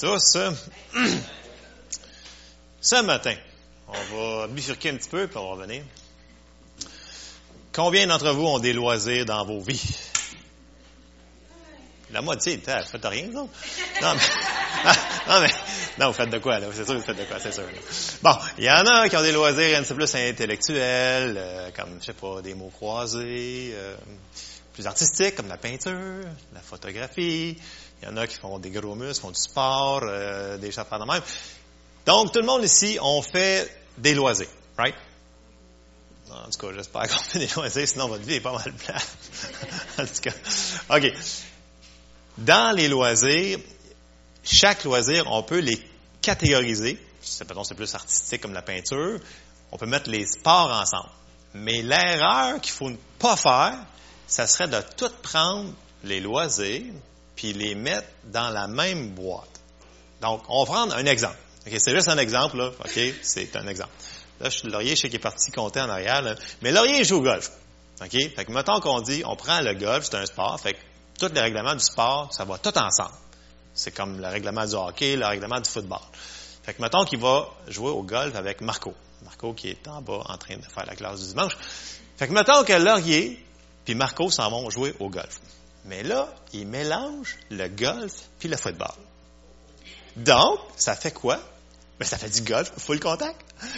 tous. Ce matin, on va bifurquer un petit peu, puis on va revenir. Combien d'entre vous ont des loisirs dans vos vies? La moitié, vous faites rien, non? Non, vous faites de quoi, là? C'est sûr, vous faites de quoi, c'est sûr. Là. Bon, il y en a qui ont des loisirs un petit peu plus intellectuels, comme, je sais pas, des mots croisés, plus artistiques, comme la peinture, la photographie. Il y en a qui font des gros muscles, font du sport, des choses de même. Donc, tout le monde ici, on fait des loisirs, right? En tout cas, j'espère qu'on fait des loisirs, sinon votre vie est pas mal plate. En tout cas, OK. Dans les loisirs, chaque loisir, on peut les catégoriser. C'est plus artistique comme la peinture. On peut mettre les sports ensemble. Mais l'erreur qu'il faut ne pas faire, ça serait de tout prendre les loisirs puis les mettre dans la même boîte. Donc, on va prendre un exemple. Okay, c'est juste un exemple, là. OK, c'est un exemple. Là, Laurier, je sais qu'il est parti compter en arrière, là. Mais Laurier joue au golf. OK? Fait que, mettons qu'on dit, on prend le golf, c'est un sport. Fait que, tous les règlements du sport, ça va tout ensemble. C'est comme le règlement du hockey, le règlement du football. Fait que, mettons qu'il va jouer au golf avec Marco. Marco qui est en bas en train de faire la classe du dimanche. Fait que, mettons que Laurier puis Marco s'en vont jouer au golf. Mais là, ils mélangent le golf puis le football. Donc, ça fait quoi? Ben, ça fait du golf, full contact.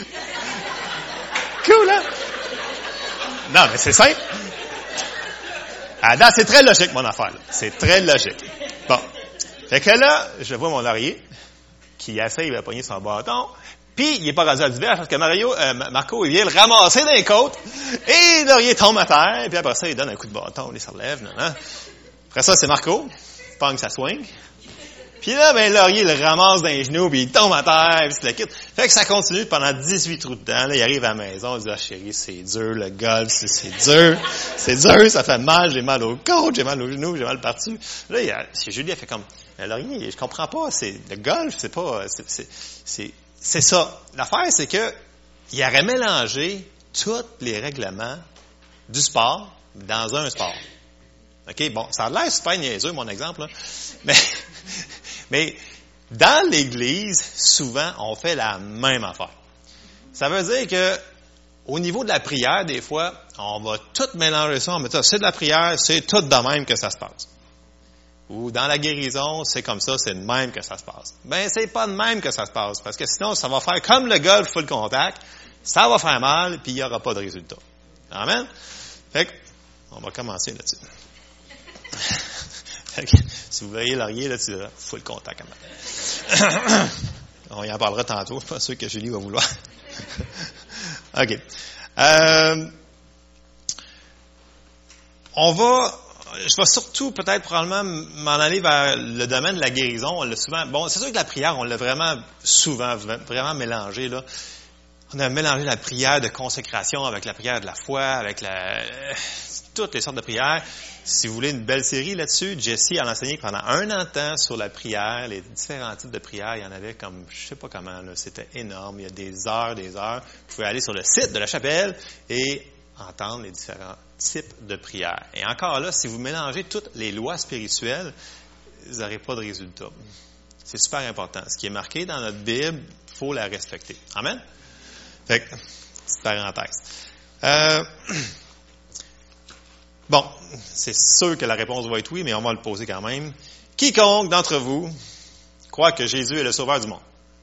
Cool, hein? Non, mais c'est simple. Ah, non, c'est très logique, mon affaire, là. C'est très logique. Bon. Fait que là, je vois mon Laurier qui essaye de pogner son bâton, puis il est pas rendu à du verge parce que Marco, il vient le ramasser dans les côtes, et Laurier tombe à terre, puis après ça, il donne un coup de bâton, il se relève, non. Après ça, c'est Marco, pogne sa swing. Puis là, ben, Laurier le ramasse dans les genoux, puis il tombe à terre, puis il se le quitte. Fait que ça continue pendant 18 trous de temps. Là, il arrive à la maison, il dit, ah, chérie, c'est dur, le golf, c'est dur. C'est dur, ça fait mal, j'ai mal aux côtes, j'ai mal aux genoux, j'ai mal partout. Là, Julie, elle fait comme, Laurier, je comprends pas, le golf, c'est pas, c'est ça. L'affaire, c'est que, il aurait mélangé tous les règlements du sport dans un sport. OK? Bon, ça a l'air super niaiseux, mon exemple, là. Mais dans l'Église, souvent, on fait la même affaire. Ça veut dire que au niveau de la prière, des fois, on va tout mélanger ça. On va dire, c'est de la prière, c'est tout de même que ça se passe. Ou dans la guérison, c'est comme ça, c'est de même que ça se passe. Ben, c'est pas de même que ça se passe, parce que sinon, ça va faire comme le golf full contact, ça va faire mal, puis il n'y aura pas de résultat. Amen? Fait que, on va commencer là-dessus. Si vous voyez Laurier, là, tu diras, full contact quand même. On y en parlera tantôt. Je suis pas sûr que Julie va vouloir. OK. Je vais surtout, peut-être, probablement, m'en aller vers le domaine de la guérison. On l'a souvent, bon, c'est sûr que la prière, on l'a vraiment souvent, vraiment mélangé, là. On a mélangé la prière de consécration avec la prière de la foi, avec toutes les sortes de prières. Si vous voulez une belle série là-dessus, Jessie a enseigné pendant 1 an de temps sur la prière, les différents types de prières. Il y en avait comme, je sais pas comment, là, c'était énorme. Il y a des heures. Vous pouvez aller sur le site de la chapelle et entendre les différents types de prières. Et encore là, si vous mélangez toutes les lois spirituelles, vous n'aurez pas de résultat. C'est super important. Ce qui est marqué dans notre Bible, il faut la respecter. Amen? Fait que, petite parenthèse. Bon, c'est sûr que la réponse va être oui, mais on va le poser quand même. Quiconque d'entre vous croit que Jésus est le sauveur du monde?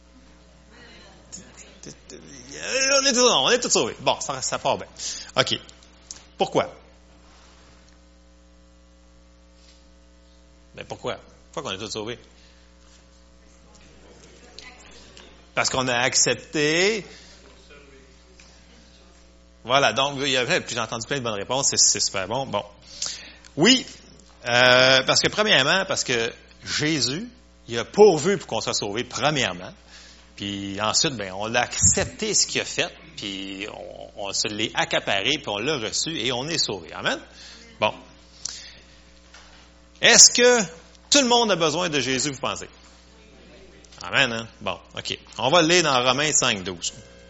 On est tous sauvés. Bon, ça part bien. OK. Pourquoi? Ben pourquoi? Pourquoi qu'on est tous sauvés? Parce qu'on a accepté. Voilà, donc, puis j'ai entendu plein de bonnes réponses, c'est super bon. Bon. Oui, parce que Jésus, il a pourvu pour qu'on soit sauvé, premièrement. Puis ensuite, ben, on l'a accepté ce qu'il a fait, puis on se l'est accaparé, puis on l'a reçu, et on est sauvé. Amen? Bon. Est-ce que tout le monde a besoin de Jésus, vous pensez? Amen, hein? Bon, OK. On va le lire dans Romains 5:12.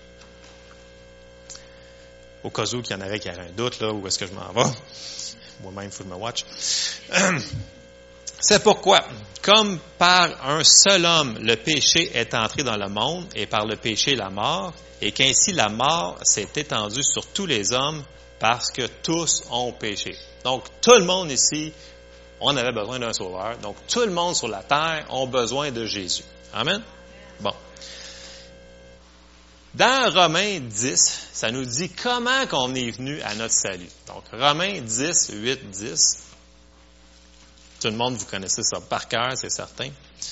Au cas où qu'il y en avait qui avaient un doute, là, où est-ce que je m'en vais. Moi-même, il faut que je me watch. C'est pourquoi, comme par un seul homme, le péché est entré dans le monde, et par le péché, la mort, et qu'ainsi la mort s'est étendue sur tous les hommes, parce que tous ont péché. Donc, tout le monde ici, on avait besoin d'un sauveur. Donc, tout le monde sur la terre a besoin de Jésus. Amen? Bon. Dans Romains 10, ça nous dit comment qu'on est venu à notre salut. Donc, Romains 10, 8, 10. Tout le monde, vous connaissez ça par cœur, c'est certain.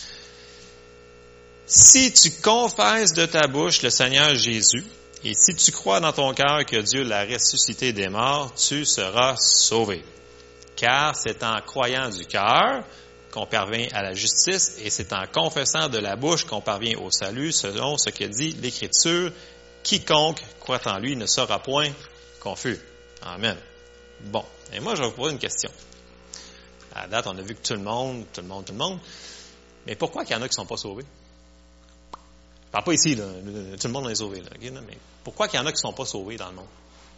Si tu confesses de ta bouche le Seigneur Jésus, et si tu crois dans ton cœur que Dieu l'a ressuscité des morts, tu seras sauvé. Car c'est en croyant du cœur qu'on parvient à la justice, et c'est en confessant de la bouche qu'on parvient au salut, selon ce que dit l'Écriture. Quiconque croit en lui ne sera point confus. Amen. Bon, et moi je vais vous poser une question. À date, on a vu que tout le monde, mais pourquoi qu'il y en a qui ne sont pas sauvés? Je ne parle pas ici, là, tout le monde est sauvé, là, okay, là, mais pourquoi qu'il y en a qui ne sont pas sauvés dans le monde?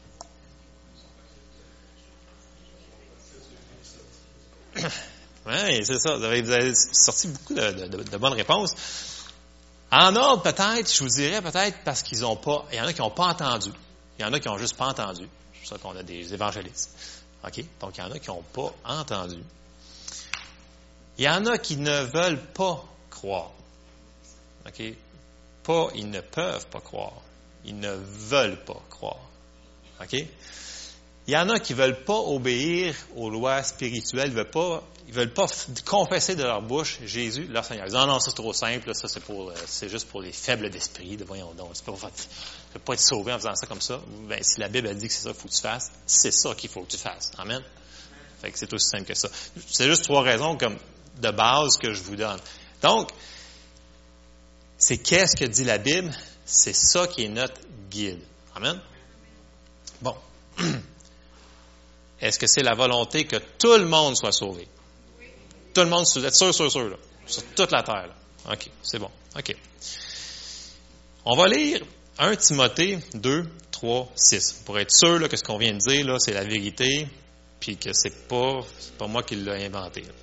Oui, c'est ça. Vous avez sorti beaucoup de bonnes réponses. En ordre, peut-être, je vous dirais peut-être parce qu'ils n'ont pas, il y en a qui n'ont pas entendu. Il y en a qui n'ont juste pas entendu. C'est pour ça qu'on a des évangélistes. OK? Donc, il y en a qui n'ont pas entendu. Il y en a qui ne veulent pas croire. OK? Pas, ils ne peuvent pas croire. Ils ne veulent pas croire. OK? Il y en a qui ne veulent pas obéir aux lois spirituelles. Ils veulent pas confesser de leur bouche Jésus, leur Seigneur. Ils disent, non, ça c'est trop simple, là, ça c'est juste pour les faibles d'esprit, voyons donc. Tu ne peux pas être sauvé en faisant ça comme ça. Ben, si la Bible a dit que c'est ça qu'il faut que tu fasses, c'est ça qu'il faut que tu fasses. Amen. Fait que c'est aussi simple que ça. C'est juste 3 raisons comme de base que je vous donne. Donc, c'est qu'est-ce que dit la Bible? C'est ça qui est notre guide. Amen. Bon. Est-ce que c'est la volonté que tout le monde soit sauvé? Oui. Tout le monde, vous êtes sûr, là, sur toute la terre. Là. OK, c'est bon. OK. On va lire 1 Timothée 2, 3, 6. Pour être sûr là, que ce qu'on vient de dire, là, c'est la vérité, puis que c'est pas moi qui l'ai inventé. Là.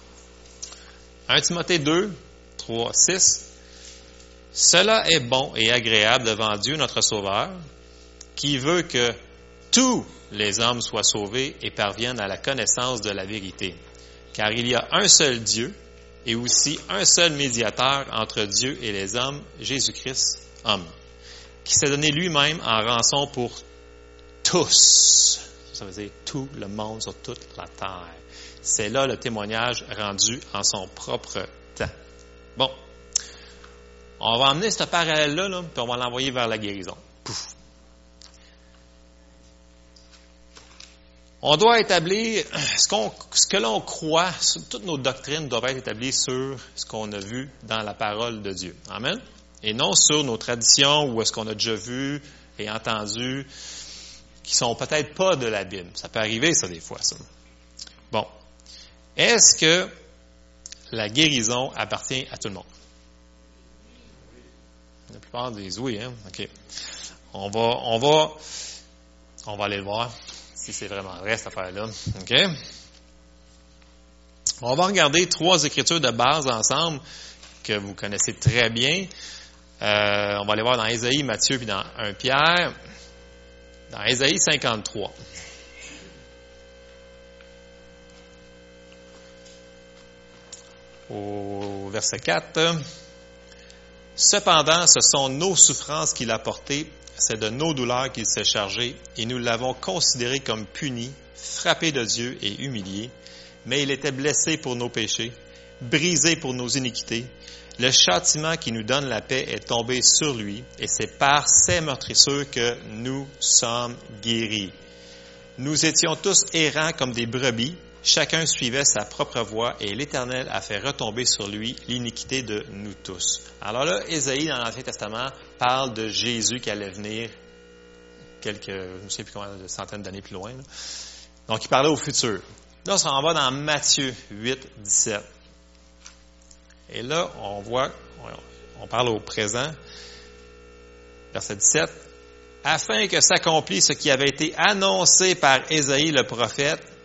1 Timothée 2, 3, 6. Cela est bon et agréable devant Dieu, notre Sauveur, qui veut que tous les hommes soient sauvés et parviennent à la connaissance de la vérité. Car il y a un seul Dieu et aussi un seul médiateur entre Dieu et les hommes, Jésus-Christ, homme, qui s'est donné lui-même en rançon pour tous. Ça veut dire tout le monde sur toute la terre. C'est là le témoignage rendu en son propre temps. Bon. On va emmener ce parallèle-là, là, puis on va l'envoyer vers la guérison. Pouf. On doit établir ce que l'on croit, toutes nos doctrines doivent être établies sur ce qu'on a vu dans la parole de Dieu. Amen? Et non sur nos traditions ou ce qu'on a déjà vu et entendu qui sont peut-être pas de la Bible. Ça peut arriver, ça, des fois, ça. Bon. Est-ce que la guérison appartient à tout le monde? La plupart disent oui, hein? OK. On va aller le voir. Si c'est vraiment vrai, cette affaire-là. OK? On va regarder 3 écritures de base ensemble que vous connaissez très bien. On va aller voir dans Ésaïe, Matthieu, puis dans 1 Pierre. Dans Ésaïe 53. Au verset 4. Cependant, ce sont nos souffrances qu'il a portées. C'est de nos douleurs qu'il s'est chargé, et nous l'avons considéré comme puni, frappé de Dieu et humilié. Mais il était blessé pour nos péchés, brisé pour nos iniquités. Le châtiment qui nous donne la paix est tombé sur lui, et c'est par ses meurtrissures que nous sommes guéris. Nous étions tous errants comme des brebis, chacun suivait sa propre voie, et l'Éternel a fait retomber sur lui l'iniquité de nous tous. Alors là, Ésaïe, dans l'Ancien Testament, parle de Jésus qui allait venir je ne sais plus combien de centaines d'années plus loin. Là. Donc, il parlait au futur. Là, on s'en va dans Matthieu 8, 17. Et là, on parle au présent. Verset 17. Afin que s'accomplisse ce qui avait été annoncé par Ésaïe le prophète,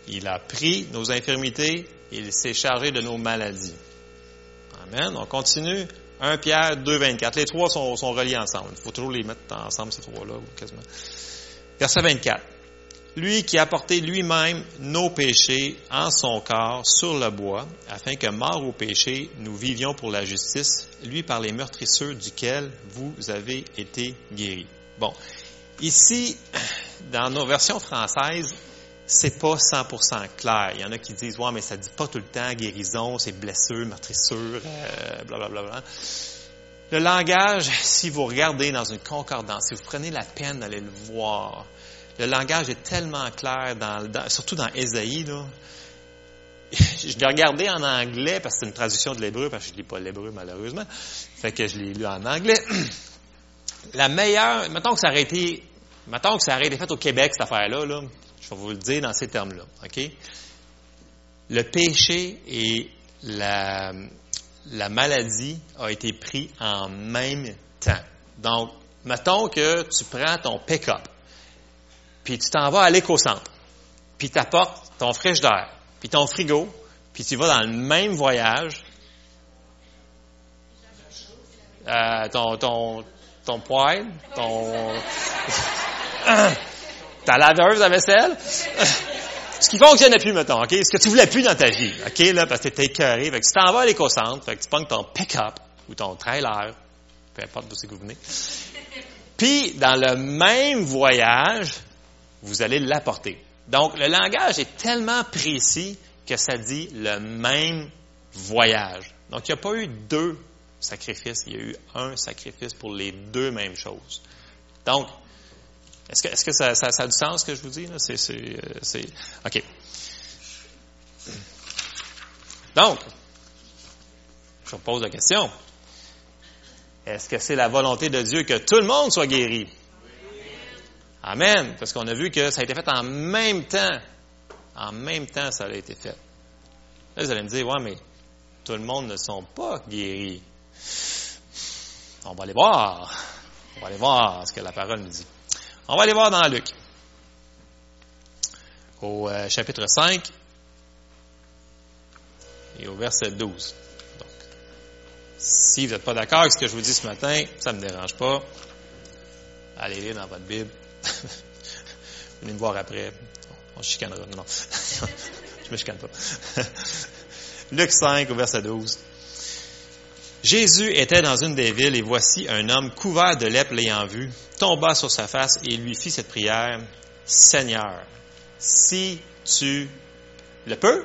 Il a pris nos infirmités, il s'est chargé de nos maladies. Amen. On continue. 1 Pierre 2, 24. Les trois sont reliés ensemble. Il faut toujours les mettre ensemble, ces trois-là, quasiment. Verset 24. Lui qui a porté lui-même nos péchés en son corps sur le bois, afin que, morts au péché, nous vivions pour la justice, lui par les meurtrisseurs duquel vous avez été guéris. Bon. Ici, dans nos versions françaises, c'est pas 100% clair. Il y en a qui disent, ouais, mais ça dit pas tout le temps guérison, c'est blessure, meurtrissure, blablabla. Le langage, si vous regardez dans une concordance, si vous prenez la peine d'aller le voir, le langage est tellement clair, surtout dans Ésaïe, là. Je l'ai regardé en anglais parce que c'est une traduction de l'hébreu, parce que je ne lis pas l'hébreu malheureusement. Fait que je l'ai lu en anglais. La meilleure, mettons que ça aurait été fait au Québec, cette affaire-là, là, je vais vous le dire dans ces termes-là, OK? Le péché et la maladie a été pris en même temps. Donc, mettons que tu prends ton pick-up, puis tu t'en vas à l'éco-centre, puis tu apportes ton frigidaire, puis ton frigo, puis tu vas dans le même voyage, ton poêle, ta laveuse à vaisselle, ce qui fonctionnait plus, mettons, OK? Ce que tu voulais plus dans ta vie, OK? Là, parce que t'étais écœuré. Fait que tu t'en vas à l'éco-centre, fait que tu pognes ton pick-up ou ton trailer, peu importe d'où c'est que vous venez. Puis, dans le même voyage, vous allez l'apporter. Donc, le langage est tellement précis que ça dit le même voyage. Donc, il n'y a pas eu deux sacrifices, il y a eu un sacrifice pour les deux mêmes choses. Donc, est-ce que ça a du sens ce que je vous dis, là? C'est OK. Donc, je vous pose la question. Est-ce que c'est la volonté de Dieu que tout le monde soit guéri? Amen. Parce qu'on a vu que ça a été fait en même temps. En même temps, ça a été fait. Là, vous allez me dire, ouais, mais tout le monde ne sont pas guéris. On va aller voir. On va aller voir ce que la parole nous dit. On va aller voir dans Luc. Au chapitre 5 et au verset 12. Donc, si vous n'êtes pas d'accord avec ce que je vous dis ce matin, ça ne me dérange pas. Allez lire dans votre Bible. Venez me voir après. On se chicanera. Non. Je me chicane pas. Luc 5 au verset 12. Jésus était dans une des villes et voici un homme couvert de lèpre l'ayant vu, tomba sur sa face et lui fit cette prière. Seigneur, si tu le peux,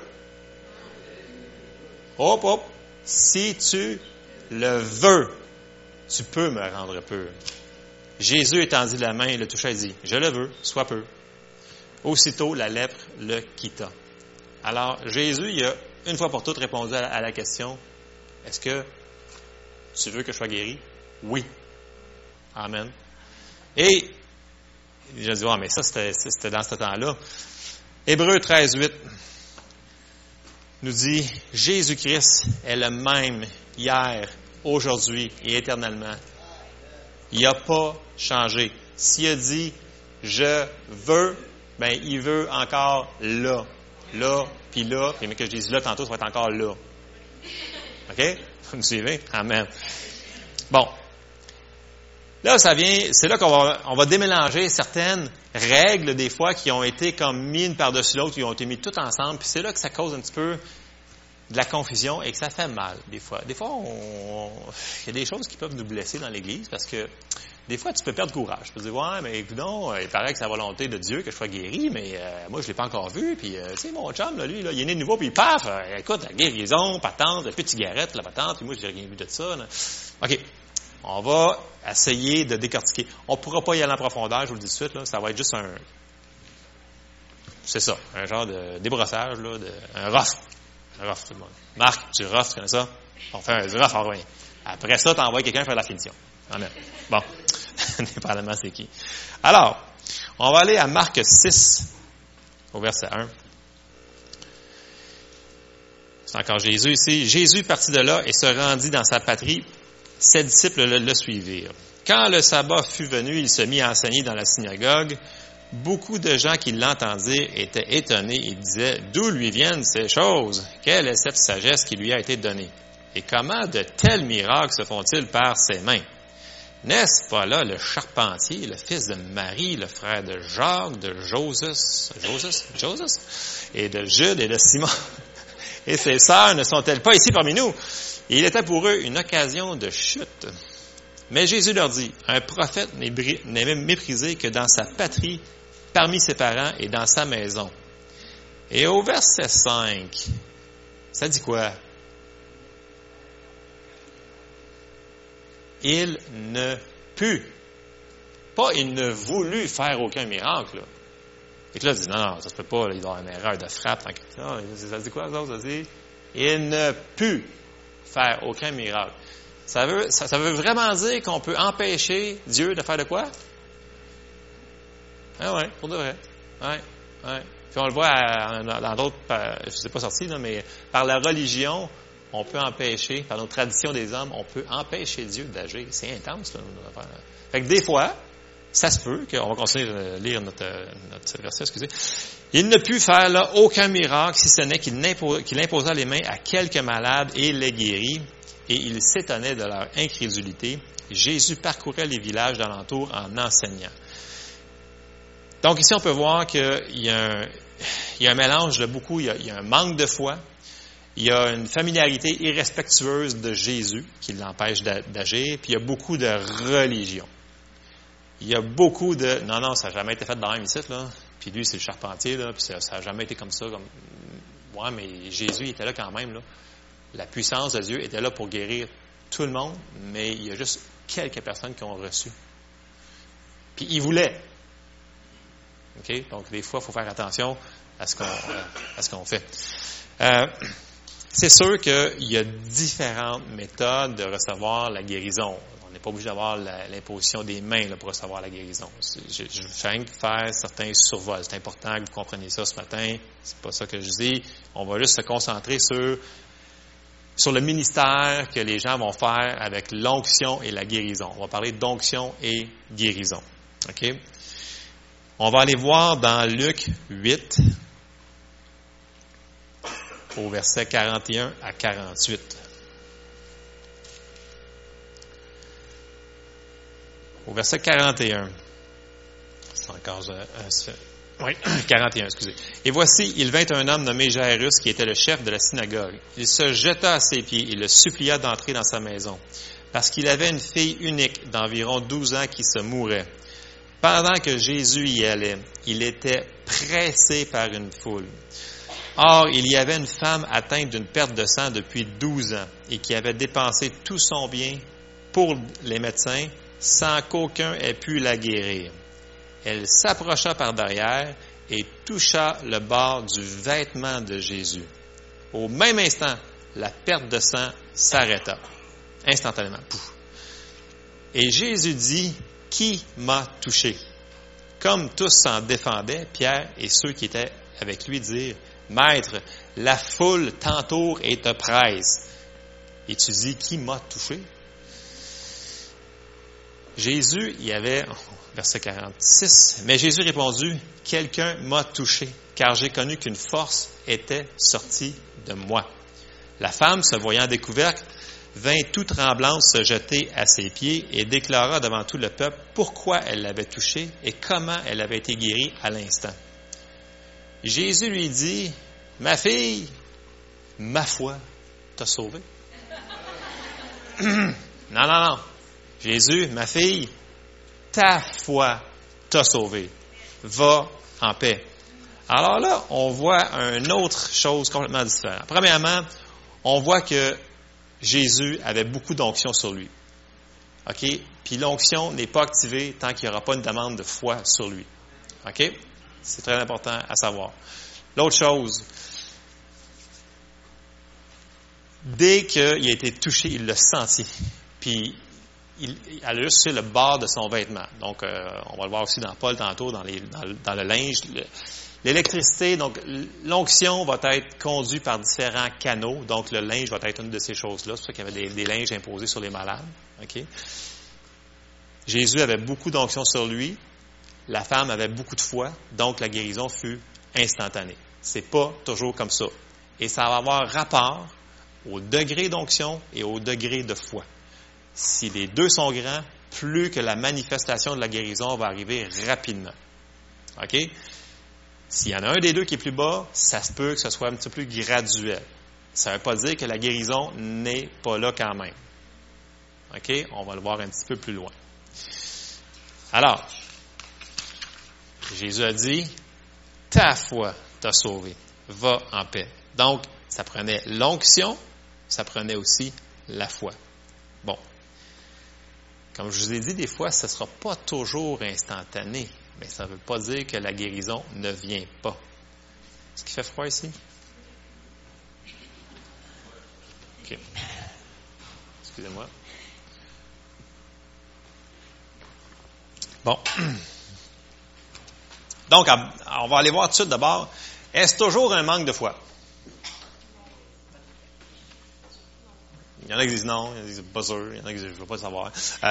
si tu le veux, tu peux me rendre pur. Jésus étendit la main et le toucha et dit, je le veux, sois pur. Aussitôt, la lèpre le quitta. Alors, Jésus, il a une fois pour toutes répondu à la question, est-ce que tu veux que je sois guéri? Oui. Amen. Et, je dis, mais ça, c'était dans ce temps-là. Hébreux 13, 8 nous dit, Jésus-Christ est le même hier, aujourd'hui et éternellement. Il n'a pas changé. S'il a dit, je veux, ben, il veut encore là, puis mais que je dise là tantôt, ça va être encore là. OK? Vous me suivez? Amen. Bon. Là, c'est là qu'on va démélanger certaines règles, des fois, qui ont été comme mises une par-dessus l'autre, qui ont été mises toutes ensemble, puis c'est là que ça cause un petit peu de la confusion et que ça fait mal, des fois. Des fois, il y a des choses qui peuvent nous blesser dans l'Église parce que des fois, tu peux perdre courage. Tu peux dire, ouais, mais écoute, il paraît que c'est la volonté de Dieu que je sois guéri, mais moi, je l'ai pas encore vu. Puis, tu sais, mon chum, là, lui, là, il est né de nouveau, puis paf, écoute, la guérison, patente, la petite cigarette, la patente, puis moi, j'ai rien vu de ça. Là. OK. On va essayer de décortiquer. On ne pourra pas y aller en profondeur, je vous le dis tout de suite, là, ça va être juste un genre de débrossage, là, un rough. Un rough, tout le monde. Marc, tu rough, tu connais ça? On fait un rough, on revient. Après ça, tu envoies quelqu'un faire la finition. Amen. Bon. Dépendamment c'est qui. Alors, on va aller à Marc 6, au verset 1. C'est encore Jésus ici. Jésus partit de là et se rendit dans sa patrie. Ses disciples le suivirent. Quand le sabbat fut venu, il se mit à enseigner dans la synagogue. Beaucoup de gens qui l'entendirent étaient étonnés et disaient, d'où lui viennent ces choses? Quelle est cette sagesse qui lui a été donnée? Et comment de tels miracles se font-ils par ses mains? N'est-ce pas là le charpentier, le fils de Marie, le frère de Jacques, de Joseph, et de Jude et de Simon? Et ses sœurs ne sont-elles pas ici parmi nous? Et il était pour eux une occasion de chute. Mais Jésus leur dit, un prophète n'est méprisé que dans sa patrie, parmi ses parents et dans sa maison. Et au verset 5, ça dit quoi? Il ne put. Pas il ne voulut faire aucun miracle. Là. Et que là, il dit, non, ça se peut pas, là, il doit y avoir une erreur de frappe. Non, ça dit quoi, ça dit? Il ne put faire aucun miracle. Ça veut vraiment dire qu'on peut empêcher Dieu de faire de quoi? Ah ouais, pour de vrai. Ouais. Puis on le voit dans d'autres, je ne sais pas sorti, là, mais par la religion, on peut empêcher, par nos traditions des hommes, on peut empêcher Dieu d'agir. C'est intense, là, notre affaire. Fait que des fois, ça se peut, on va continuer de lire notre verset, excusez. Il ne put faire là aucun miracle, si ce n'est qu'il imposa les mains à quelques malades et les guérit, et il s'étonnait de leur incrédulité. Jésus parcourait les villages d'alentour en enseignant. Donc ici, on peut voir qu'il y a un mélange de beaucoup, il y a un manque de foi, il y a une familiarité irrespectueuse de Jésus qui l'empêche d'agir, puis il y a beaucoup de religion. Il y a beaucoup de... Non, ça n'a jamais été fait dans même ici, là. Puis lui, c'est le charpentier, là, puis ça n'a jamais été comme ça. Ouais, mais Jésus il était là quand même, là. La puissance de Dieu était là pour guérir tout le monde, mais il y a juste quelques personnes qui ont reçu. Puis il voulait. OK? Donc, des fois, il faut faire attention à ce qu'on fait. C'est sûr qu'il y a différentes méthodes de recevoir la guérison. On n'est pas obligé d'avoir l'imposition des mains là, pour recevoir la guérison. Je viens de faire certains survols. C'est important que vous compreniez ça ce matin. C'est pas ça que je dis. On va juste se concentrer sur le ministère que les gens vont faire avec l'onction et la guérison. On va parler d'onction et guérison. OK? On va aller voir dans Luc 8, au verset 41 à 48. Au verset 41. C'est encore... oui, 41, excusez. Et voici, il vint un homme nommé Jairus, qui était le chef de la synagogue. Il se jeta à ses pieds et le supplia d'entrer dans sa maison, parce qu'il avait une fille unique d'environ 12 ans qui se mourait. Pendant que Jésus y allait, il était pressé par une foule. Or, il y avait une femme atteinte d'une perte de sang depuis 12 ans et qui avait dépensé tout son bien pour les médecins sans qu'aucun ait pu la guérir. Elle s'approcha par derrière et toucha le bord du vêtement de Jésus. Au même instant, la perte de sang s'arrêta. Instantanément. Pouf. Et Jésus dit, « Qui m'a touché? » Comme tous s'en défendaient, Pierre et ceux qui étaient avec lui dirent, « Maître, la foule t'entoure et te presse. » Et tu dis, « Qui m'a touché? » Jésus, il y avait, verset 46, « Mais Jésus répondit, « Quelqu'un m'a touché, car j'ai connu qu'une force était sortie de moi. » La femme, se voyant découverte, vint tout tremblante se jeter à ses pieds et déclara devant tout le peuple pourquoi elle l'avait touché et comment elle avait été guérie à l'instant. Jésus lui dit, « Ma fille, ma foi t'a sauvée. » Non. Jésus, ma fille, ta foi t'a sauvée. Va en paix. Alors là, on voit une autre chose complètement différente. Premièrement, on voit que Jésus avait beaucoup d'onction sur lui. OK? Puis l'onction n'est pas activée tant qu'il n'y aura pas une demande de foi sur lui. OK? C'est très important à savoir. L'autre chose, dès qu'il a été touché, il l'a senti. Puis elle a juste sur le bord de son vêtement. Donc, on va le voir aussi dans Paul tantôt, dans le linge. L'électricité, donc l'onction va être conduite par différents canaux. Donc, le linge va être une de ces choses-là. C'est pour ça qu'il y avait des linges imposés sur les malades. Okay? Jésus avait beaucoup d'onction sur lui. la femme avait beaucoup de foi, donc la guérison fut instantanée. C'est pas toujours comme ça. Et ça va avoir rapport au degré d'onction et au degré de foi. Si les deux sont grands, plus que la manifestation de la guérison va arriver rapidement. OK? S'il y en a un des deux qui est plus bas, ça se peut que ce soit un petit peu plus graduel. Ça ne veut pas dire que la guérison n'est pas là quand même. OK? On va le voir un petit peu plus loin. Alors, Jésus a dit, ta foi t'a sauvé. Va en paix. Donc, ça prenait l'onction, ça prenait aussi la foi. Bon. Comme je vous ai dit, des fois, ce ne sera pas toujours instantané, mais ça ne veut pas dire que la guérison ne vient pas. Est-ce qu'il fait froid ici? OK. Excusez-moi. Bon. Donc, on va aller voir tout de suite d'abord. Est-ce toujours un manque de foi? Il y en a qui disent non, il y en a qui disent pas sûr, il y en a qui disent je ne veux pas le savoir.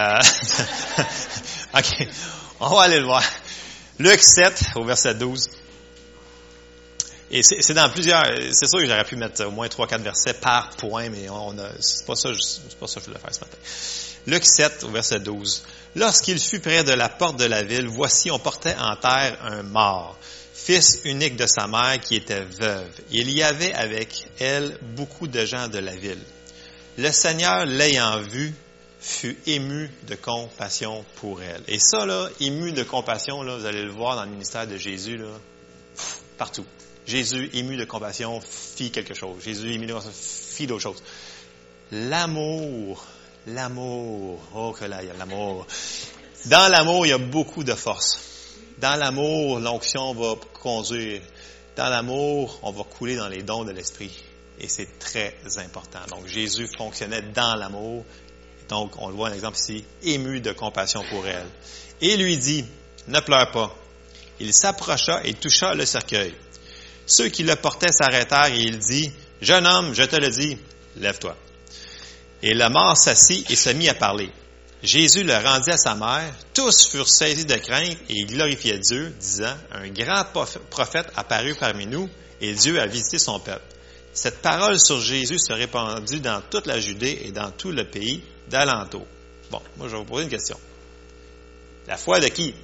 OK. On va aller le voir. Luc 7, au verset 12. Et c'est dans plusieurs. C'est sûr que j'aurais pu mettre au moins 3-4 versets par point, mais c'est pas ça que je voulais faire ce matin. Luc 7, au verset 12. Lorsqu'il fut près de la porte de la ville, voici, on portait en terre un mort, fils unique de sa mère qui était veuve. Il y avait avec elle beaucoup de gens de la ville. Le Seigneur, l'ayant vue, fut ému de compassion pour elle. Et ça, là, ému de compassion, là, vous allez le voir dans le ministère de Jésus, là, partout. Jésus, ému de compassion, fit quelque chose. Jésus, ému de compassion, fit d'autres choses. L'amour. Oh, que là, il y a l'amour. Dans l'amour, il y a beaucoup de force. Dans l'amour, l'onction va conduire. Dans l'amour, on va couler dans les dons de l'Esprit. Et c'est très important. Donc, Jésus fonctionnait dans l'amour. Donc, on le voit un exemple ici, ému de compassion pour elle. Et lui dit, ne pleure pas. Il s'approcha et toucha le cercueil. Ceux qui le portaient s'arrêtèrent et il dit, jeune homme, je te le dis, lève-toi. Et le mort s'assit et se mit à parler. Jésus le rendit à sa mère. Tous furent saisis de crainte et ils glorifiaient Dieu, disant, un grand prophète apparut parmi nous et Dieu a visité son peuple. Cette parole sur Jésus se répandit dans toute la Judée et dans tout le pays d'alentour. Bon, moi je vais vous poser une question. La foi de qui?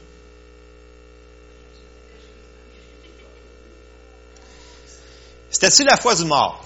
C'était-tu la foi du mort?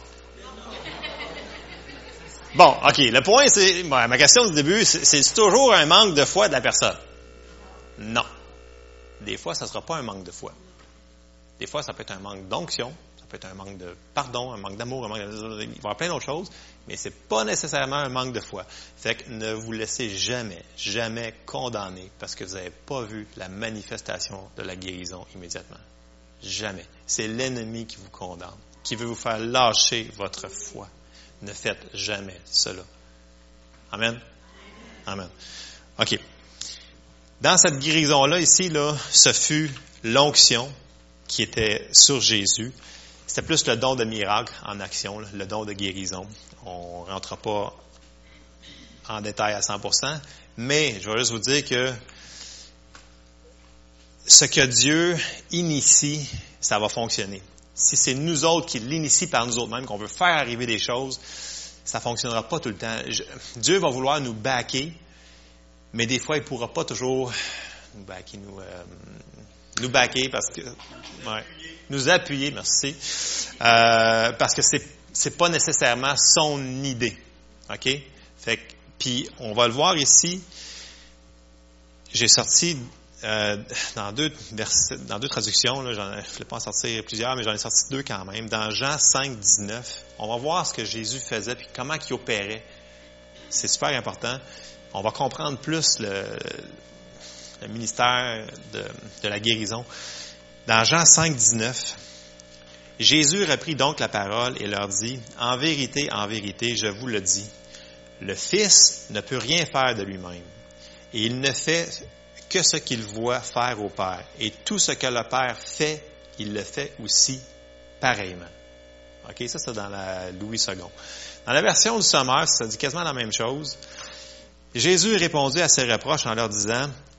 Bon, OK. Le point, c'est... Bon, ma question du début, c'est toujours un manque de foi de la personne? Non. Des fois, ça ne sera pas un manque de foi. Des fois, ça peut être un manque d'onction, ça peut être un manque de pardon, un manque d'amour, il va y avoir plein d'autres choses, mais c'est pas nécessairement un manque de foi. Fait que ne vous laissez jamais condamner parce que vous n'avez pas vu la manifestation de la guérison immédiatement. Jamais. C'est l'ennemi qui vous condamne, qui veut vous faire lâcher votre foi. Ne faites jamais cela. Amen? Amen. OK. Dans cette guérison-là, ici, là, ce fut l'onction qui était sur Jésus. C'était plus le don de miracle en action, là, le don de guérison. On ne rentre pas en détail à 100%, mais je vais juste vous dire que ce que Dieu initie, ça va fonctionner. Si c'est nous autres qui l'initie par nous autres mêmes, qu'on veut faire arriver des choses, ça ne fonctionnera pas tout le temps. Dieu va vouloir nous backer, mais des fois, il ne pourra pas toujours nous backer parce que... Ouais, nous appuyer, merci. Parce que c'est pas nécessairement son idée. OK? Fait que, puis, on va le voir ici. J'ai sorti... dans deux traductions, là, je ne voulais pas en sortir plusieurs, mais j'en ai sorti 2 quand même. Dans Jean 5, 19, on va voir ce que Jésus faisait puis comment il opérait. C'est super important. On va comprendre plus le ministère de la guérison. Dans Jean 5, 19, Jésus reprit donc la parole et leur dit, en vérité, je vous le dis, le Fils ne peut rien faire de lui-même. Et il ne fait que ce qu'il voit faire au Père. Et tout ce que le Père fait, il le fait aussi pareillement. OK, ça c'est dans la Louis II. Dans la version du Sommaire, ça dit quasiment la même chose. Jésus répondit à ses reproches en leur disant,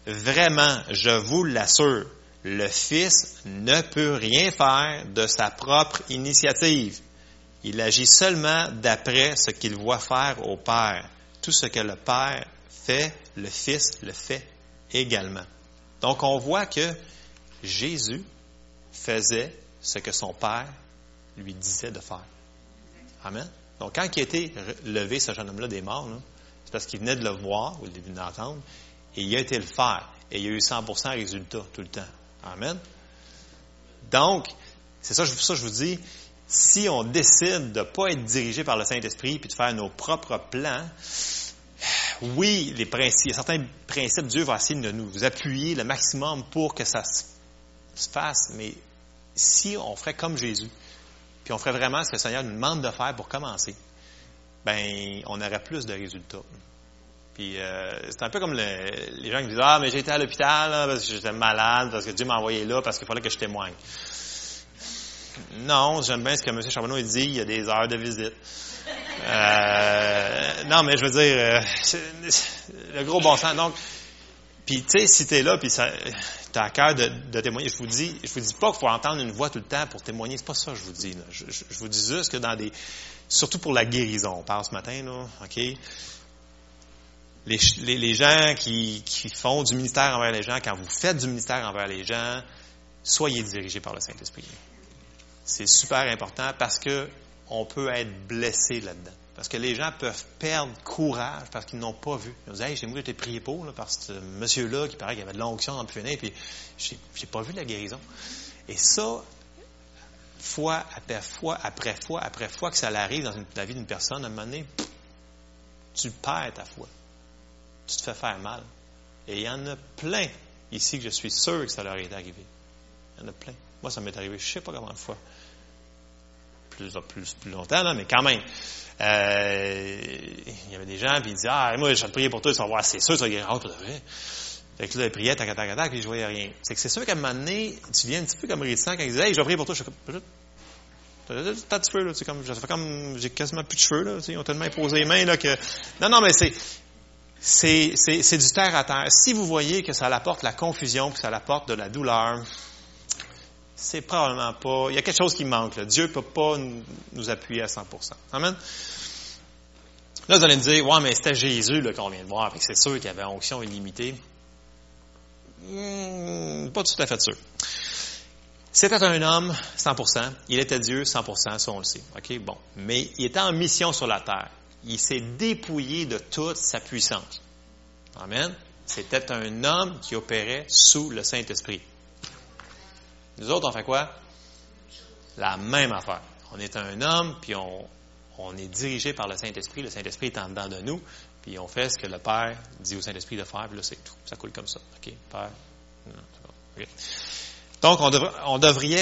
Vraiment, je vous l'assure, le Fils ne peut rien faire de sa propre initiative. Il agit seulement d'après ce qu'il voit faire au Père. Tout ce que le Père fait, le Fils le fait également. Donc, on voit que Jésus faisait ce que son Père lui disait de faire. Amen. Donc, quand il a été levé, ce jeune homme-là, des morts, là, c'est parce qu'il venait de le voir, ou il venait d'entendre, et il a été le faire. Et il y a eu 100% résultat tout le temps. Amen. Donc, c'est ça, je vous dis, si on décide de ne pas être dirigé par le Saint-Esprit puis de faire nos propres plans, oui, il y a certains principes, Dieu va essayer de nous appuyer le maximum pour que ça se fasse, mais si on ferait comme Jésus, puis on ferait vraiment ce que le Seigneur nous demande de faire pour commencer, ben on aurait plus de résultats. Puis c'est un peu comme les gens qui disent « Ah, mais j'ai été à l'hôpital là, parce que j'étais malade, parce que Dieu m'a envoyé là, parce qu'il fallait que je témoigne. » Non, j'aime bien ce que M. Charbonneau dit, il y a des heures de visite. Non, mais je veux dire, le gros bon sens. Donc, puis tu sais, si t'es là, puis t'as à cœur de témoigner, je vous dis pas qu'il faut entendre une voix tout le temps pour témoigner, c'est pas ça que je vous dis. Là. Je vous dis juste que surtout pour la guérison, on parle ce matin, là, ok. Les gens qui font du ministère envers les gens, quand vous faites du ministère envers les gens, soyez dirigés par le Saint-Esprit. C'est super important parce que on peut être blessé là-dedans. Parce que les gens peuvent perdre courage parce qu'ils n'ont pas vu. Ils disent « Hey, chez moi, j'ai été prié pour, là, par ce monsieur-là qui paraît qu'il avait de l'onction dans le finir, puis j'ai pas vu la guérison. » Et ça, fois après fois que ça arrive dans la vie d'une personne, à un moment donné, tu perds ta foi. Tu te fais faire mal. Et il y en a plein ici que je suis sûr que ça leur est arrivé. Il y en a plein. Moi, ça m'est arrivé je ne sais pas combien de fois. Plus longtemps, là, mais quand même. Il y avait des gens, puis ils disaient « Ah, moi, je vais te prier pour toi, tu vas voir, c'est sûr, tu vas guérir pour de vrai. » Fait que là, ils priaient, tac, puis je voyais rien. C'est sûr qu'à un moment donné, tu viens un petit peu comme réticent quand ils disaient « Hey, je vais prier pour toi. » Je suis comme « T'as de cheveux, là. » Ça fait comme, j'ai quasiment plus de cheveux, là. Ils ont tellement imposé les mains, là, que... Non, mais c'est du terre à terre. Si vous voyez que ça apporte la confusion, que ça apporte de la douleur, c'est probablement pas... Il y a quelque chose qui manque. Là. Dieu ne peut pas nous appuyer à 100%. Amen? Là, vous allez me dire, ouais, mais c'était Jésus là, qu'on vient de voir. Fait que c'est sûr qu'il y avait onction illimitée. Pas tout à fait sûr. C'était un homme, 100%. Il était Dieu, 100%, ça on le sait. OK? Bon. Mais il était en mission sur la terre. Il s'est dépouillé de toute sa puissance. Amen? C'était un homme qui opérait sous le Saint-Esprit. Nous autres, on fait quoi? La même affaire. On est un homme, puis on est dirigé par le Saint-Esprit. Le Saint-Esprit est en dedans de nous, puis on fait ce que le Père dit au Saint-Esprit de faire, puis là, c'est tout. Ça coule comme ça. OK? Père? Non, okay. Donc, nous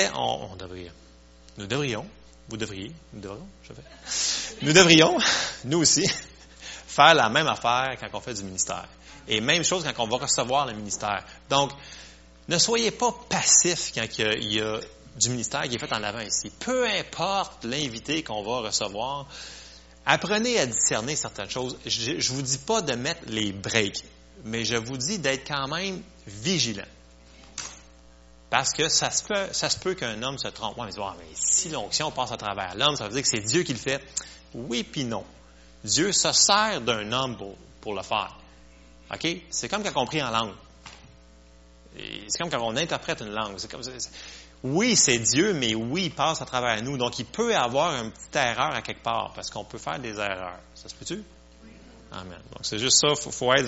devrions, nous aussi, faire la même affaire quand on fait du ministère. Et même chose quand on va recevoir le ministère. Donc, ne soyez pas passifs quand il y a du ministère qui est fait en avant ici. Peu importe l'invité qu'on va recevoir, apprenez à discerner certaines choses. Je ne vous dis pas de mettre les breaks, mais je vous dis d'être quand même vigilant. Parce que ça se peut qu'un homme se trompe. Ouais, mais si l'onction passe à travers l'homme, ça veut dire que c'est Dieu qui le fait. Oui, puis non. Dieu se sert d'un homme pour le faire. OK? C'est comme quand on prie en langue. C'est comme quand on interprète une langue. Oui, c'est Dieu, mais oui, il passe à travers nous. Donc, il peut y avoir une petite erreur à quelque part, parce qu'on peut faire des erreurs. Ça se peut-tu? Oui. Amen. Donc, c'est juste ça.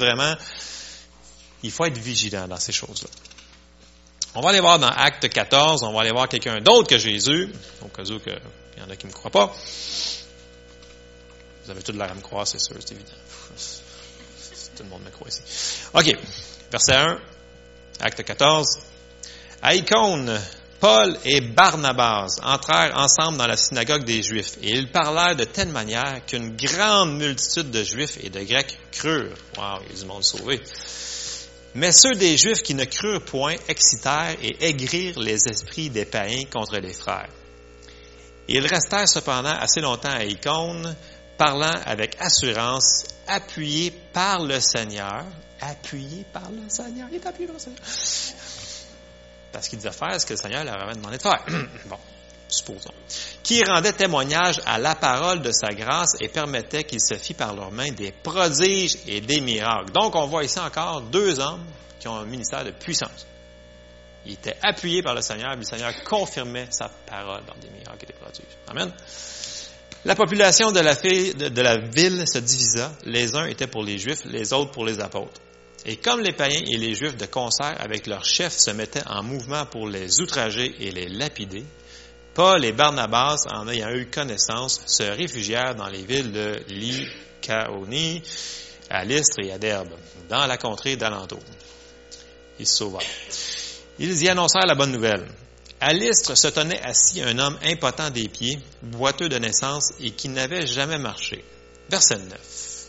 Il faut être vigilant dans ces choses-là. On va aller voir dans Acte 14, on va aller voir quelqu'un d'autre que Jésus, au cas où il y en a qui ne me croient pas. Vous avez tout l'air à me croire, c'est sûr, c'est évident. Tout le monde me croit ici. OK, verset 1, Acte 14. À Icône, Paul et Barnabas entrèrent ensemble dans la synagogue des Juifs, et ils parlèrent de telle manière qu'une grande multitude de Juifs et de Grecs crurent. Wow, il y a du monde sauvé. Mais ceux des Juifs qui ne crurent point excitèrent et aigrirent les esprits des païens contre les frères. Et ils restèrent cependant assez longtemps à Icône. parlant avec assurance, appuyé par le Seigneur. Appuyé par le Seigneur. Il est appuyé par le Seigneur. Parce qu'il disait faire ce que le Seigneur leur avait demandé de faire. Bon, supposons. Qui rendait témoignage à la parole de sa grâce et permettait qu'il se fît par leurs mains des prodiges et des miracles. Donc, on voit ici encore 2 hommes qui ont un ministère de puissance. Ils étaient appuyés par le Seigneur, et le Seigneur confirmait sa parole dans des miracles et des prodiges. Amen. La population de la ville se divisa. Les uns étaient pour les Juifs, les autres pour les apôtres. Et comme les païens et les Juifs de concert avec leurs chefs se mettaient en mouvement pour les outrager et les lapider, Paul et Barnabas, en ayant eu connaissance, se réfugièrent dans les villes de Lycaonie, à Lystre et à Derbe, dans la contrée d'alentour. Ils se sauvèrent. Ils y annoncèrent la bonne nouvelle. À Lystre se tenait assis un homme impotent des pieds, boiteux de naissance et qui n'avait jamais marché. Verset 9.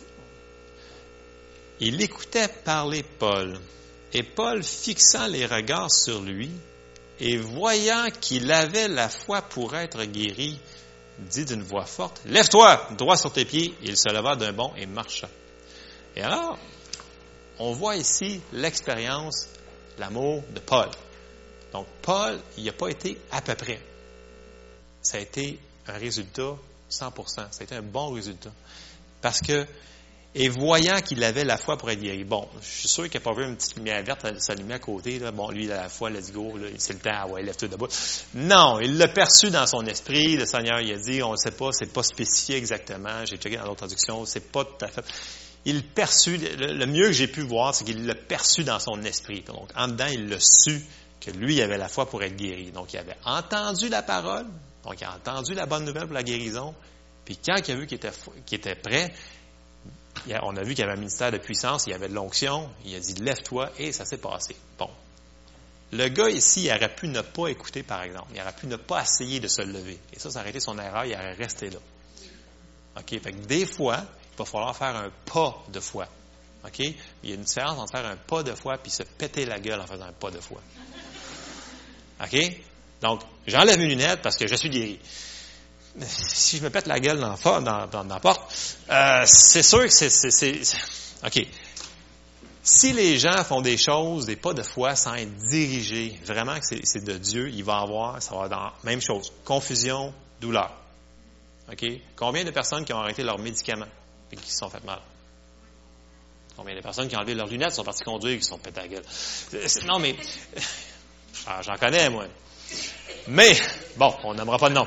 Il écoutait parler Paul, et Paul, fixant les regards sur lui, et voyant qu'il avait la foi pour être guéri, dit d'une voix forte, « Lève-toi, droit sur tes pieds. » Il se leva d'un bond et marcha. Et alors, on voit ici l'expérience, l'amour de Paul. Donc, Paul, il n'a pas été à peu près. Ça a été un résultat 100%. Ça a été un bon résultat. Parce que, et voyant qu'il avait la foi pour être guéri. Bon, je suis sûr qu'il n'a pas vu une petite lumière verte s'allumer à côté. Là. Bon, lui, il a la foi, let's go, là, c'est le temps, ouais, lève-toi debout. Non, il l'a perçu dans son esprit. Le Seigneur, il a dit, on ne sait pas, c'est pas spécifié exactement. J'ai checké dans l'autre traduction, c'est pas tout à fait. Il perçut, le mieux que j'ai pu voir, c'est qu'il l'a perçu dans son esprit. Donc, en dedans, il l'a su que lui, il avait la foi pour être guéri. Donc, il avait entendu la parole, donc il a entendu la bonne nouvelle pour la guérison, puis quand il a vu qu'il était prêt, on a vu qu'il y avait un ministère de puissance, il y avait de l'onction, il a dit « Lève-toi » et ça s'est passé. Bon. Le gars ici, il aurait pu ne pas écouter, par exemple. Il aurait pu ne pas essayer de se lever. Et ça aurait été son erreur, il aurait resté là. OK? Fait que des fois, il va falloir faire un pas de foi. OK? Il y a une différence entre faire un pas de foi puis se péter la gueule en faisant un pas de foi. OK? Donc, j'enlève mes lunettes parce que je suis guéri. Si je me pète la gueule dans la porte, c'est sûr que c'est... OK. Si les gens font des choses, des pas de foi, sans être dirigés, vraiment que c'est de Dieu, il va avoir, ça va avoir la même chose. Confusion, douleur. OK? Combien de personnes qui ont arrêté leurs médicaments et qui se sont fait mal? Combien de personnes qui ont enlevé leurs lunettes, sont parties conduire et qui se sont pété la gueule? Non, mais... j'en connais, moi. Mais, bon, on n'aimera pas de nom.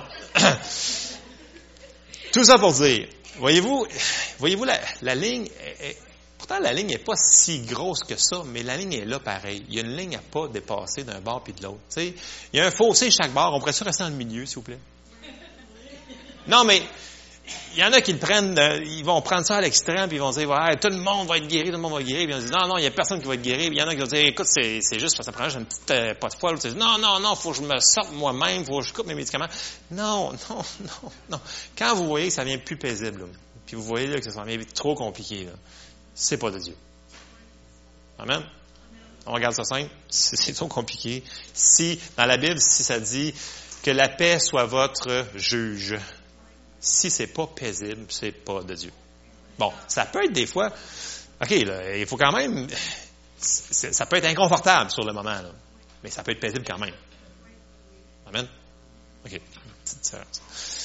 Tout ça pour dire, voyez-vous la ligne, pourtant la ligne n'est pas si grosse que ça, mais la ligne est là pareil. Il y a une ligne à pas dépasser d'un bord puis de l'autre. Tu sais, il y a un fossé chaque bord. On pourrait-tu rester dans le milieu, s'il vous plaît? Non, mais il y en a qui le prennent, ils vont prendre ça à l'extrême, puis ils vont dire, ouais, tout le monde va être guéri, tout le monde va être guéri. Puis ils vont dire, non, il n'y a personne qui va être guéri. Puis il y en a qui vont dire, écoute, c'est juste, ça prend juste une petite pas de foi. L'autre dit, non, faut que je me sorte moi-même, faut que je coupe mes médicaments. Non. Quand vous voyez que ça devient plus paisible, là, puis vous voyez là, que ça devient trop compliqué, là, c'est pas de Dieu. Amen? On regarde ça simple, c'est trop compliqué. Si, dans la Bible, si ça dit que la paix soit votre juge, si c'est pas paisible, c'est pas de Dieu. Bon, ça peut être des fois, OK, là, il faut quand même, ça peut être inconfortable sur le moment, là, mais ça peut être paisible quand même. Amen? OK, petite différence.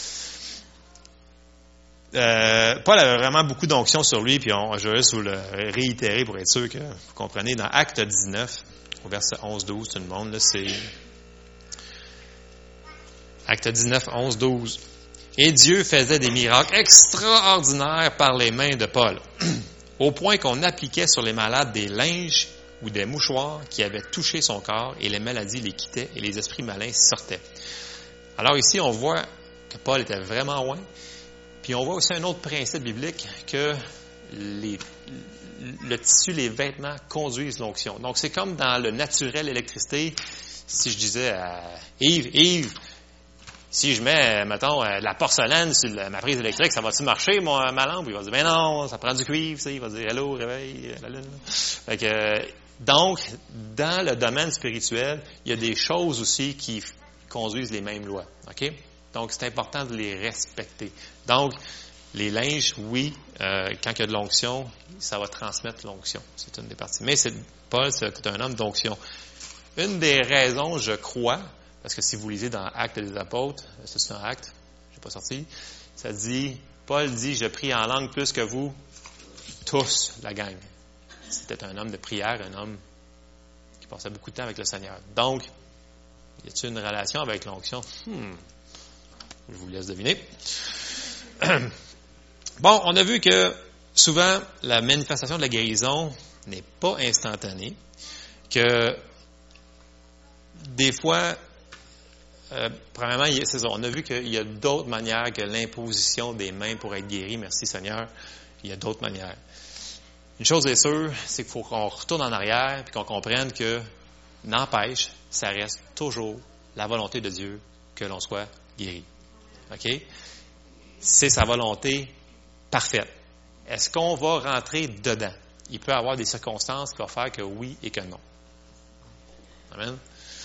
Paul avait vraiment beaucoup d'onction sur lui, puis je vais juste vous le réitérer pour être sûr que vous comprenez. Dans Acte 19, au verset 11-12, tout le monde, là, c'est Acte 19, 11-12. Et Dieu faisait des miracles extraordinaires par les mains de Paul, au point qu'on appliquait sur les malades des linges ou des mouchoirs qui avaient touché son corps, et les maladies les quittaient et les esprits malins sortaient. Alors ici, on voit que Paul était vraiment loin, puis on voit aussi un autre principe biblique, que le tissu, les vêtements conduisent l'onction. Donc c'est comme dans le naturel, l'électricité, si je disais à Yves, si je mets, mettons, de la porcelaine sur ma prise électrique, ça va-tu marcher, ma lampe? Il va dire, ben non, ça prend du cuivre, tu sais. Il va dire, allô, réveille, la lune. Fait que, donc, dans le domaine spirituel, il y a des choses aussi qui conduisent les mêmes lois. OK? Donc, c'est important de les respecter. Donc, Les linges, oui, quand il y a de l'onction, ça va transmettre l'onction. C'est une des parties. Mais Paul, c'est un homme d'onction. Une des raisons, je crois, parce que si vous lisez dans Actes des Apôtres, c'est un acte, je n'ai pas sorti, ça dit, Paul dit, je prie en langue plus que vous, tous, la gang. C'était un homme de prière, un homme qui passait beaucoup de temps avec le Seigneur. Donc, y a-t-il une relation avec l'onction? Je vous laisse deviner. Bon, on a vu que souvent, la manifestation de la guérison n'est pas instantanée, que des fois, premièrement, c'est ça, on a vu qu'il y a d'autres manières que l'imposition des mains pour être guéri. Merci Seigneur. Il y a d'autres manières. Une chose est sûre, c'est qu'il faut qu'on retourne en arrière et qu'on comprenne que, n'empêche, ça reste toujours la volonté de Dieu que l'on soit guéri. OK? C'est sa volonté parfaite. Est-ce qu'on va rentrer dedans? Il peut y avoir des circonstances qui vont faire que oui et que non. Amen.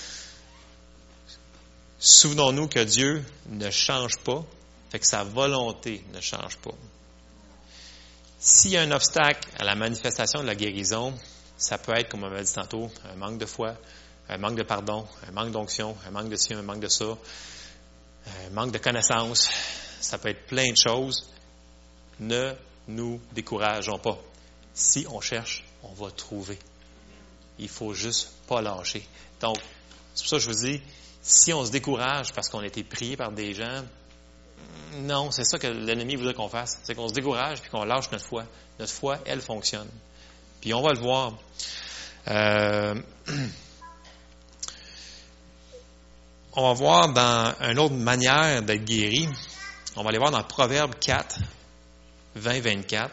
Souvenons-nous que Dieu ne change pas, fait que sa volonté ne change pas. S'il y a un obstacle à la manifestation de la guérison, ça peut être, comme on m'a dit tantôt, un manque de foi, un manque de pardon, un manque d'onction, un manque de ci, un manque de ça, un manque de connaissance. Ça peut être plein de choses. Ne nous décourageons pas. Si on cherche, on va trouver. Il faut juste pas lâcher. Donc, c'est pour ça que je vous dis, si on se décourage parce qu'on a été prié par des gens, non, c'est ça que l'ennemi voudrait qu'on fasse. C'est qu'on se décourage puis qu'on lâche notre foi. Notre foi, elle fonctionne. Puis on va le voir. On va voir dans une autre manière d'être guéri. On va aller voir dans Proverbe 4, 20-24.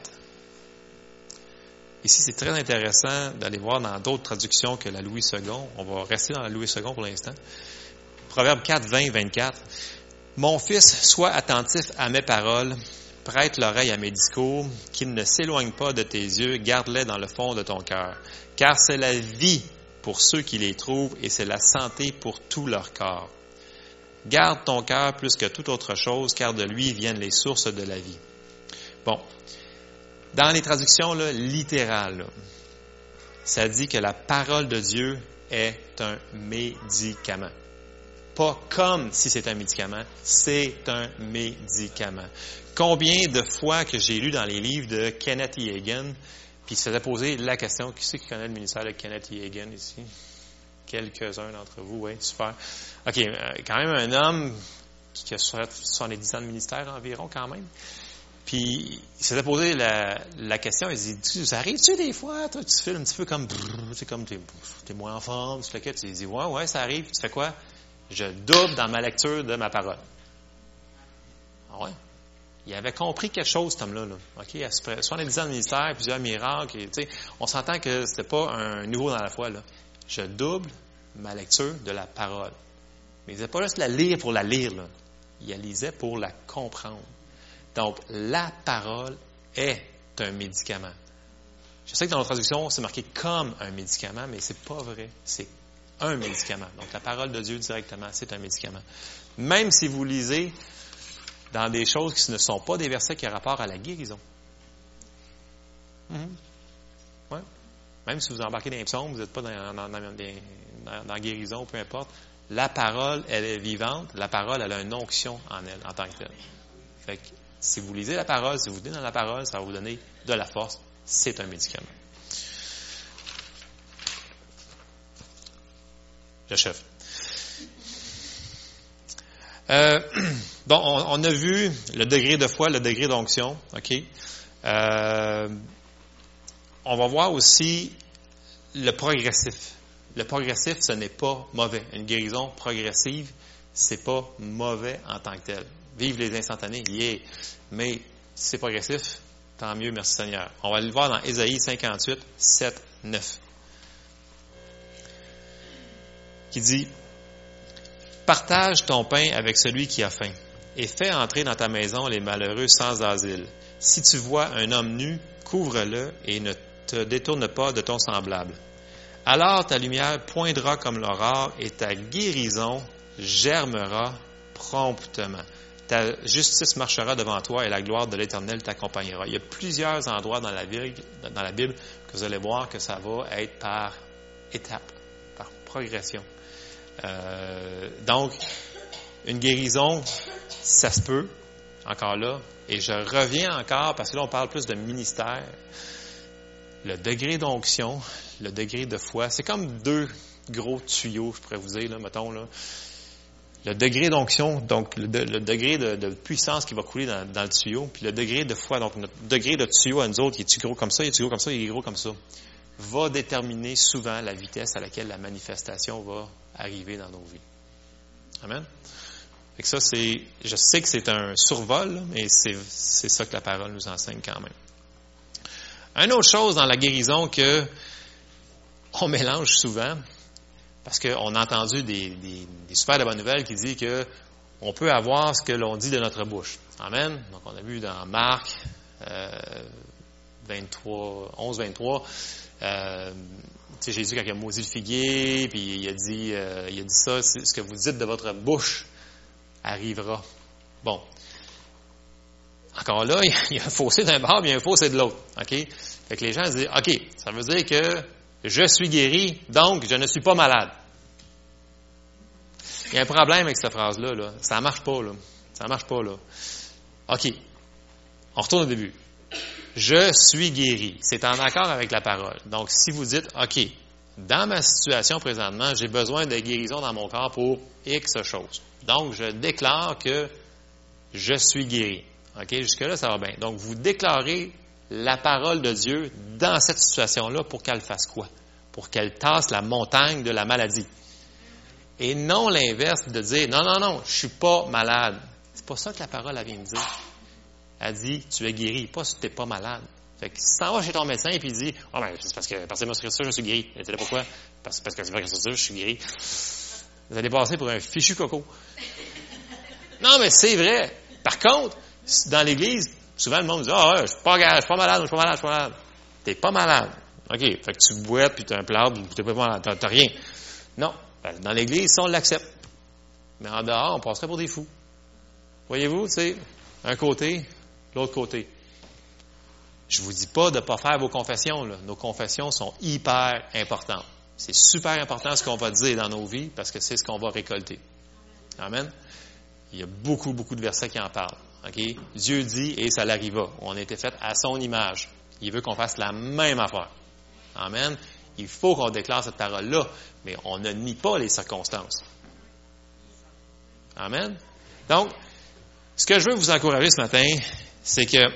Ici, c'est très intéressant d'aller voir dans d'autres traductions que la Louis II. On va rester dans la Louis II pour l'instant. Proverbe 4, 20-24. Mon fils, sois attentif à mes paroles, prête l'oreille à mes discours, qu'ils ne s'éloignent pas de tes yeux, garde-les dans le fond de ton cœur. Car c'est la vie pour ceux qui les trouvent et c'est la santé pour tout leur corps. Garde ton cœur plus que toute autre chose, car de lui viennent les sources de la vie. Bon. Dans les traductions là, littérales, là, ça dit que la parole de Dieu est un médicament. Pas comme si c'est un médicament, c'est un médicament. Combien de fois que j'ai lu dans les livres de Kenneth E. Hagin, puis il se faisait poser la question, qui c'est qui connaît le ministère de Kenneth E. Hagin ici? Quelques-uns d'entre vous, oui, super. OK, quand même un homme qui a 70 ans de ministère environ quand même. Puis, il s'était posé la question, il dit, ça arrive-tu des fois, toi, tu fais un petit peu comme, t'es moins en forme, tu fais quoi? Tu dis, ouais, ça arrive, tu fais quoi? Je double dans ma lecture de ma parole. Ah ouais? Il avait compris quelque chose, cet homme-là. Là. OK? Après 70 ans de ministère, plusieurs miracles, et, on s'entend que c'était pas un nouveau dans la foi, là. Je double ma lecture de la parole. Mais il ne disait pas juste la lire pour la lire, là. Il la lisait pour la comprendre. Donc, la parole est un médicament. Je sais que dans la traduction, c'est marqué comme un médicament, mais c'est pas vrai. C'est un médicament. Donc, la parole de Dieu directement, c'est un médicament. Même si vous lisez dans des choses qui ne sont pas des versets qui ont rapport à la guérison. Ouais. Même si vous embarquez dans les psaumes, vous n'êtes pas dans la guérison, peu importe. La parole, elle est vivante. La parole, elle a une onction en elle, en tant que telle. Fait que, si vous lisez la parole, si vous venez dans la parole, ça va vous donner de la force. C'est un médicament. J'achève. Bon, on a vu le degré de foi, le degré d'onction. OK? On va voir aussi le progressif. Le progressif, ce n'est pas mauvais. Une guérison progressive, c'est pas mauvais en tant que tel. Vive les instantanés, yeah! Mais si c'est progressif, tant mieux, merci Seigneur. On va le voir dans Ésaïe 58, 7, 9. Qui dit, « Partage ton pain avec celui qui a faim, et fais entrer dans ta maison les malheureux sans asile. Si tu vois un homme nu, couvre-le et ne te détourne pas de ton semblable. Alors ta lumière poindra comme l'aurore et ta guérison germera promptement. » Ta justice marchera devant toi et la gloire de l'Éternel t'accompagnera. Il y a plusieurs endroits dans la Bible que vous allez voir que ça va être par étapes, par progression. Donc, une guérison, ça se peut, encore là. Et je reviens encore, parce que là, on parle plus de ministère. Le degré d'onction, le degré de foi, c'est comme deux gros tuyaux, je pourrais vous dire, là, mettons, là. Le degré d'onction, donc le degré de puissance qui va couler dans le tuyau, puis le degré de foi, donc notre degré de tuyau à nous autres, il est-tu gros comme ça, il est-tu gros comme ça, il est gros comme ça, va déterminer souvent la vitesse à laquelle la manifestation va arriver dans nos vies. Amen? Fait que ça, je sais que c'est un survol, là, mais c'est ça que la parole nous enseigne quand même. Une autre chose dans la guérison que on mélange souvent, parce qu'on a entendu des super de bonnes nouvelles qui disent que on peut avoir ce que l'on dit de notre bouche. Amen. Donc, on a vu dans Marc 11-23, Jésus, quand il a maudit le figuier, puis il a dit ça, c'est ce que vous dites de votre bouche arrivera. Bon. Encore là, il y a un fossé d'un bord, puis il y a un fossé de l'autre. OK? Fait que les gens disent, OK, ça veut dire que je suis guéri, donc je ne suis pas malade. Il y a un problème avec cette phrase-là, là. Ça marche pas, là. Ça marche pas, là. OK. On retourne au début. Je suis guéri. C'est en accord avec la parole. Donc, si vous dites, OK, dans ma situation présentement, j'ai besoin de guérison dans mon corps pour X choses. Donc, je déclare que je suis guéri. OK? Jusque-là, ça va bien. Donc, vous déclarez la parole de Dieu dans cette situation-là pour qu'elle fasse quoi? Pour qu'elle tasse la montagne de la maladie. Et non l'inverse de dire, non, je suis pas malade. C'est pas ça que la parole, elle vient de dire. Elle dit, tu es guéri, pas si tu n'es pas malade. Fait que si tu t'en vas chez ton médecin et puis il dit, c'est parce que c'est ma scripture, je suis guéri. Et tu sais pourquoi? Parce que c'est ma scripture, je suis guéri. Vous allez passer pour un fichu coco. Non, mais c'est vrai. Par contre, dans l'Église, souvent le monde dit, je suis pas malade. T'es pas malade. OK. Fait que tu boites, puis tu as un plâtre, puis t'es pas malade. T'as rien. Non. Dans l'Église, ça, on l'accepte. Mais en dehors, on passerait pour des fous. Voyez-vous, tu sais, un côté, l'autre côté. Je vous dis pas de ne pas faire vos confessions, là. Nos confessions sont hyper importantes. C'est super important ce qu'on va dire dans nos vies parce que c'est ce qu'on va récolter. Amen. Il y a beaucoup de versets qui en parlent. Okay? Dieu dit, et ça l'arriva. On a été fait à son image. Il veut qu'on fasse la même affaire. Amen. Il faut qu'on déclare cette parole-là, mais on ne nie pas les circonstances. Amen. Donc, ce que je veux vous encourager ce matin, c'est que,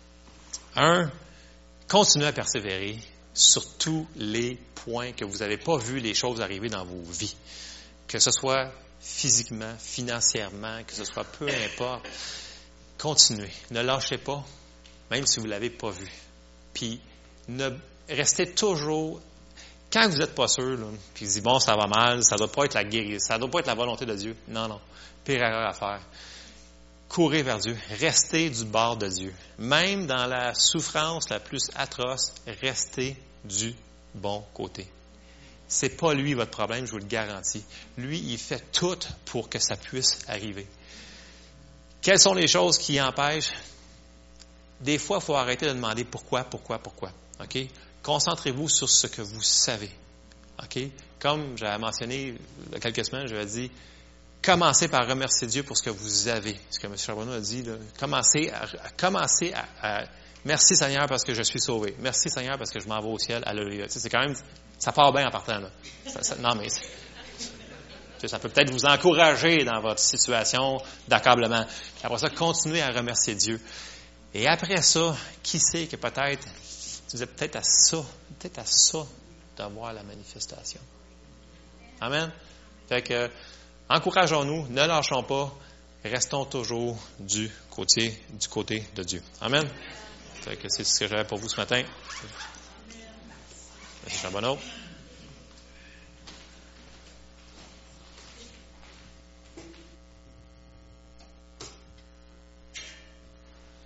continuez à persévérer sur tous les points que vous n'avez pas vu les choses arriver dans vos vies. Que ce soit physiquement, financièrement, que ce soit peu importe. Continuez. Ne lâchez pas, même si vous ne l'avez pas vu. Puis, restez toujours... Quand vous n'êtes pas sûr, là, puis vous dites, bon, ça va mal, ça ne doit pas être la guérison, ça ne doit pas être la volonté de Dieu. Non. Pire erreur à faire. Courez vers Dieu. Restez du bord de Dieu. Même dans la souffrance la plus atroce, restez du bon côté. C'est pas lui votre problème, je vous le garantis. Lui, il fait tout pour que ça puisse arriver. Quelles sont les choses qui empêchent? Des fois, il faut arrêter de demander pourquoi. OK? Concentrez-vous sur ce que vous savez. OK? Comme j'avais mentionné il y a quelques semaines, j'avais dit, commencez par remercier Dieu pour ce que vous avez. Ce que M. Charbonneau a dit, là, commencez à merci Seigneur parce que je suis sauvé. Merci Seigneur parce que je m'en vais au ciel. Alléluia. Tu sais, c'est quand même, ça part bien en partant, là. Non, mais ça peut peut-être vous encourager dans votre situation d'accablement. Après ça, continuez à remercier Dieu. Et après ça, qui sait que peut-être, vous êtes peut-être à ça de voir la manifestation. Amen. Fait que, encourageons-nous, ne lâchons pas, restons toujours du côté de Dieu. Amen. Fait que c'est ce que j'avais pour vous ce matin. Monsieur Charbonneau.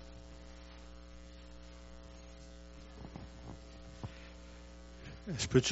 Je peux-tu